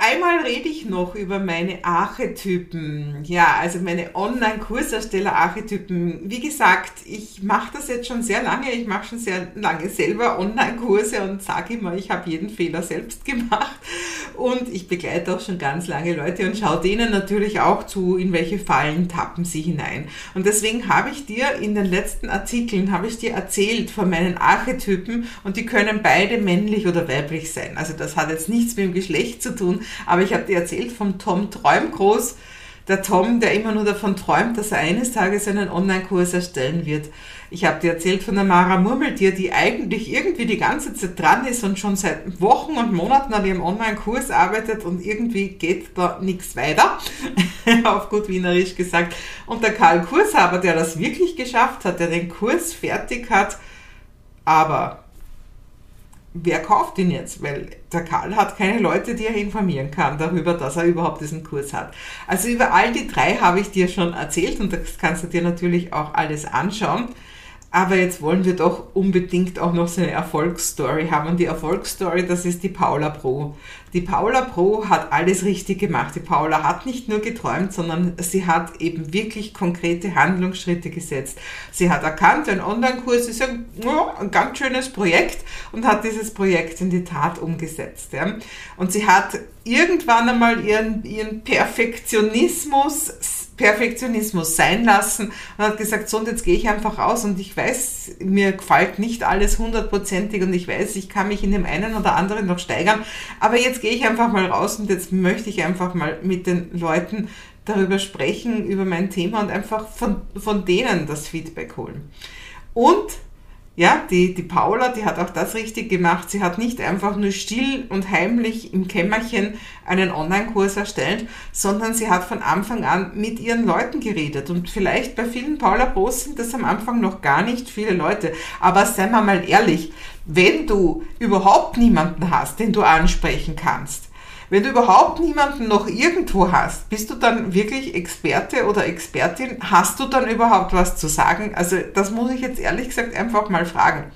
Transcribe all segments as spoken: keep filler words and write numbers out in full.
einmal rede ich noch über meine Archetypen. Ja, also meine Online-Kursersteller-Archetypen. Wie gesagt, ich mache das jetzt schon sehr lange. Ich mache schon sehr lange selber Online-Kurse und sage immer, ich habe jeden Fehler selbst gemacht. Und ich begleite auch schon ganz lange Leute und schaue denen natürlich auch zu, in welche Fallen tappen sie hinein. Und deswegen habe ich dir in den letzten Artikeln, habe ich dir erzählt von meinen Archetypen und die können beide männlich oder weiblich sein. Also das hat jetzt nichts mit dem Geschlecht zu tun, aber ich habe dir erzählt vom Tom Träumgroß, der Tom, der immer nur davon träumt, dass er eines Tages einen Online-Kurs erstellen wird. Ich habe dir erzählt von der Mara Murmeltier, die eigentlich irgendwie die ganze Zeit dran ist und schon seit Wochen und Monaten an ihrem Online-Kurs arbeitet und irgendwie geht da nichts weiter, auf gut Wienerisch gesagt. Und der Karl Kurshaber, der das wirklich geschafft hat, der den Kurs fertig hat, aber wer kauft ihn jetzt? Weil der Karl hat keine Leute, die er informieren kann darüber, dass er überhaupt diesen Kurs hat. Also über all die drei habe ich dir schon erzählt und das kannst du dir natürlich auch alles anschauen. Aber jetzt wollen wir doch unbedingt auch noch so eine Erfolgsstory haben. Und die Erfolgsstory, das ist die Paula Pro. Die Paula Pro hat alles richtig gemacht. Die Paula hat nicht nur geträumt, sondern sie hat eben wirklich konkrete Handlungsschritte gesetzt. Sie hat erkannt, ein Online-Kurs ist ein, ja, ein ganz schönes Projekt und hat dieses Projekt in die Tat umgesetzt. Ja. Und sie hat irgendwann einmal ihren, ihren Perfektionismus Perfektionismus sein lassen und hat gesagt, so und jetzt gehe ich einfach raus und ich weiß, mir gefällt nicht alles hundertprozentig und ich weiß, ich kann mich in dem einen oder anderen noch steigern, aber jetzt gehe ich einfach mal raus und jetzt möchte ich einfach mal mit den Leuten darüber sprechen, über mein Thema und einfach von, von denen das Feedback holen. Und ja, die, die Paula, die hat auch das richtig gemacht. Sie hat nicht einfach nur still und heimlich im Kämmerchen einen Online-Kurs erstellt, sondern sie hat von Anfang an mit ihren Leuten geredet. Und vielleicht bei vielen Paula Pros sind das am Anfang noch gar nicht viele Leute. Aber seien wir mal ehrlich, wenn du überhaupt niemanden hast, den du ansprechen kannst, wenn du überhaupt niemanden noch irgendwo hast, bist du dann wirklich Experte oder Expertin? Hast du dann überhaupt was zu sagen? Also das muss ich jetzt ehrlich gesagt einfach mal fragen.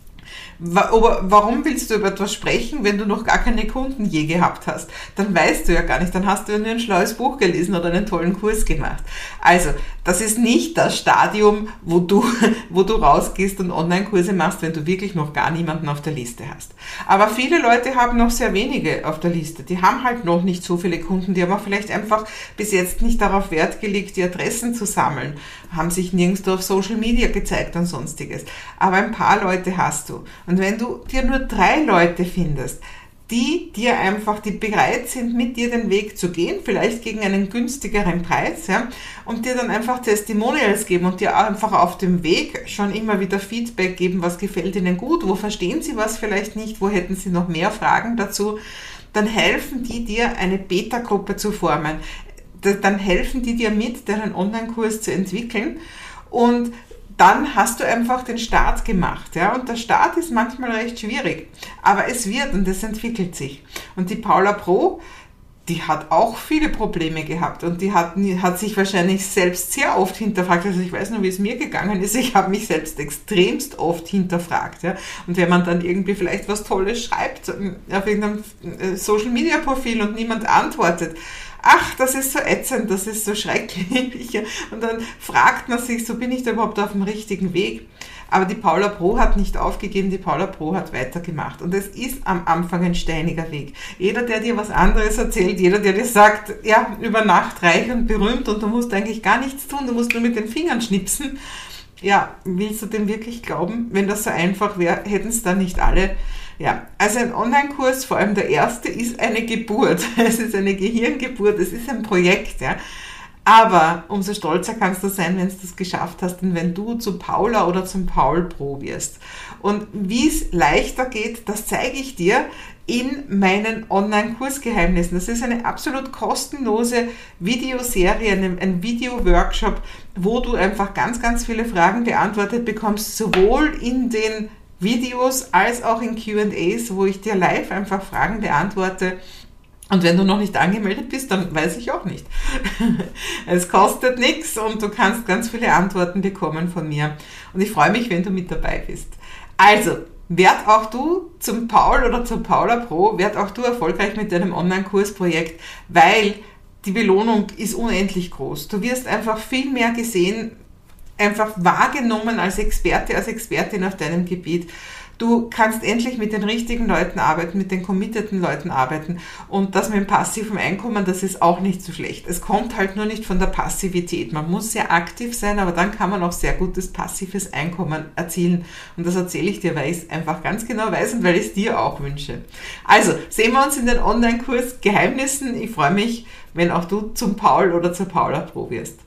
Aber warum willst du über etwas sprechen, wenn du noch gar keine Kunden je gehabt hast? Dann weißt du ja gar nicht, dann hast du ja nur ein schlaues Buch gelesen oder einen tollen Kurs gemacht. Also, das ist nicht das Stadium, wo du, wo du rausgehst und Online-Kurse machst, wenn du wirklich noch gar niemanden auf der Liste hast. Aber viele Leute haben noch sehr wenige auf der Liste. Die haben halt noch nicht so viele Kunden, die haben auch vielleicht einfach bis jetzt nicht darauf Wert gelegt, die Adressen zu sammeln, haben sich nirgendwo auf Social Media gezeigt und sonstiges. Aber ein paar Leute hast du. Und wenn du dir nur drei Leute findest, die dir einfach, die bereit sind, mit dir den Weg zu gehen, vielleicht gegen einen günstigeren Preis, ja, und dir dann einfach Testimonials geben und dir einfach auf dem Weg schon immer wieder Feedback geben, was gefällt ihnen gut, wo verstehen sie was vielleicht nicht, wo hätten sie noch mehr Fragen dazu, dann helfen die dir, eine Beta-Gruppe zu formen. Dann helfen die dir mit, deinen Online-Kurs zu entwickeln und dann hast du einfach den Start gemacht, ja, und der Start ist manchmal recht schwierig, aber es wird und es entwickelt sich. Und die Paula Pro, die hat auch viele Probleme gehabt und die hat, hat sich wahrscheinlich selbst sehr oft hinterfragt, also ich weiß nur, wie es mir gegangen ist, ich habe mich selbst extremst oft hinterfragt, ja, und wenn man dann irgendwie vielleicht was Tolles schreibt auf irgendeinem Social-Media-Profil und niemand antwortet, ach, das ist so ätzend, das ist so schrecklich. Und dann fragt man sich, so bin ich da überhaupt auf dem richtigen Weg? Aber die Paula Pro hat nicht aufgegeben, die Paula Pro hat weitergemacht. Und es ist am Anfang ein steiniger Weg. Jeder, der dir was anderes erzählt, jeder, der dir sagt, ja, über Nacht reich und berühmt und du musst eigentlich gar nichts tun, du musst nur mit den Fingern schnipsen. Ja, willst du dem wirklich glauben? Wenn das so einfach wäre, hätten es dann nicht alle. Ja, also ein Online-Kurs, vor allem der erste, ist eine Geburt. Es ist eine Gehirngeburt, es ist ein Projekt, ja. Aber umso stolzer kannst du sein, wenn du es geschafft hast und wenn du zu Paula oder zum Paul Pro wirst. Und wie es leichter geht, das zeige ich dir in meinen Online-Kursgeheimnissen. Das ist eine absolut kostenlose Videoserie, ein Video-Workshop, wo du einfach ganz, ganz viele Fragen beantwortet bekommst, sowohl in den Videos als auch in Q and A's, wo ich dir live einfach Fragen beantworte. Und wenn du noch nicht angemeldet bist, dann weiß ich auch nicht. Es kostet nichts und du kannst ganz viele Antworten bekommen von mir. Und ich freue mich, wenn du mit dabei bist. Also, werd auch du zum Paul oder zur Paula Pro, werd auch du erfolgreich mit deinem Online-Kursprojekt, weil die Belohnung ist unendlich groß. Du wirst einfach viel mehr gesehen, einfach wahrgenommen als Experte, als Expertin auf deinem Gebiet. Du kannst endlich mit den richtigen Leuten arbeiten, mit den committeden Leuten arbeiten. Und das mit dem passiven Einkommen, das ist auch nicht so schlecht. Es kommt halt nur nicht von der Passivität. Man muss sehr aktiv sein, aber dann kann man auch sehr gutes passives Einkommen erzielen. Und das erzähle ich dir, weil ich es einfach ganz genau weiß und weil ich es dir auch wünsche. Also, sehen wir uns in den Online-Kurs Geheimnissen. Ich freue mich, wenn auch du zum Paul oder zur Paula Pro wirst.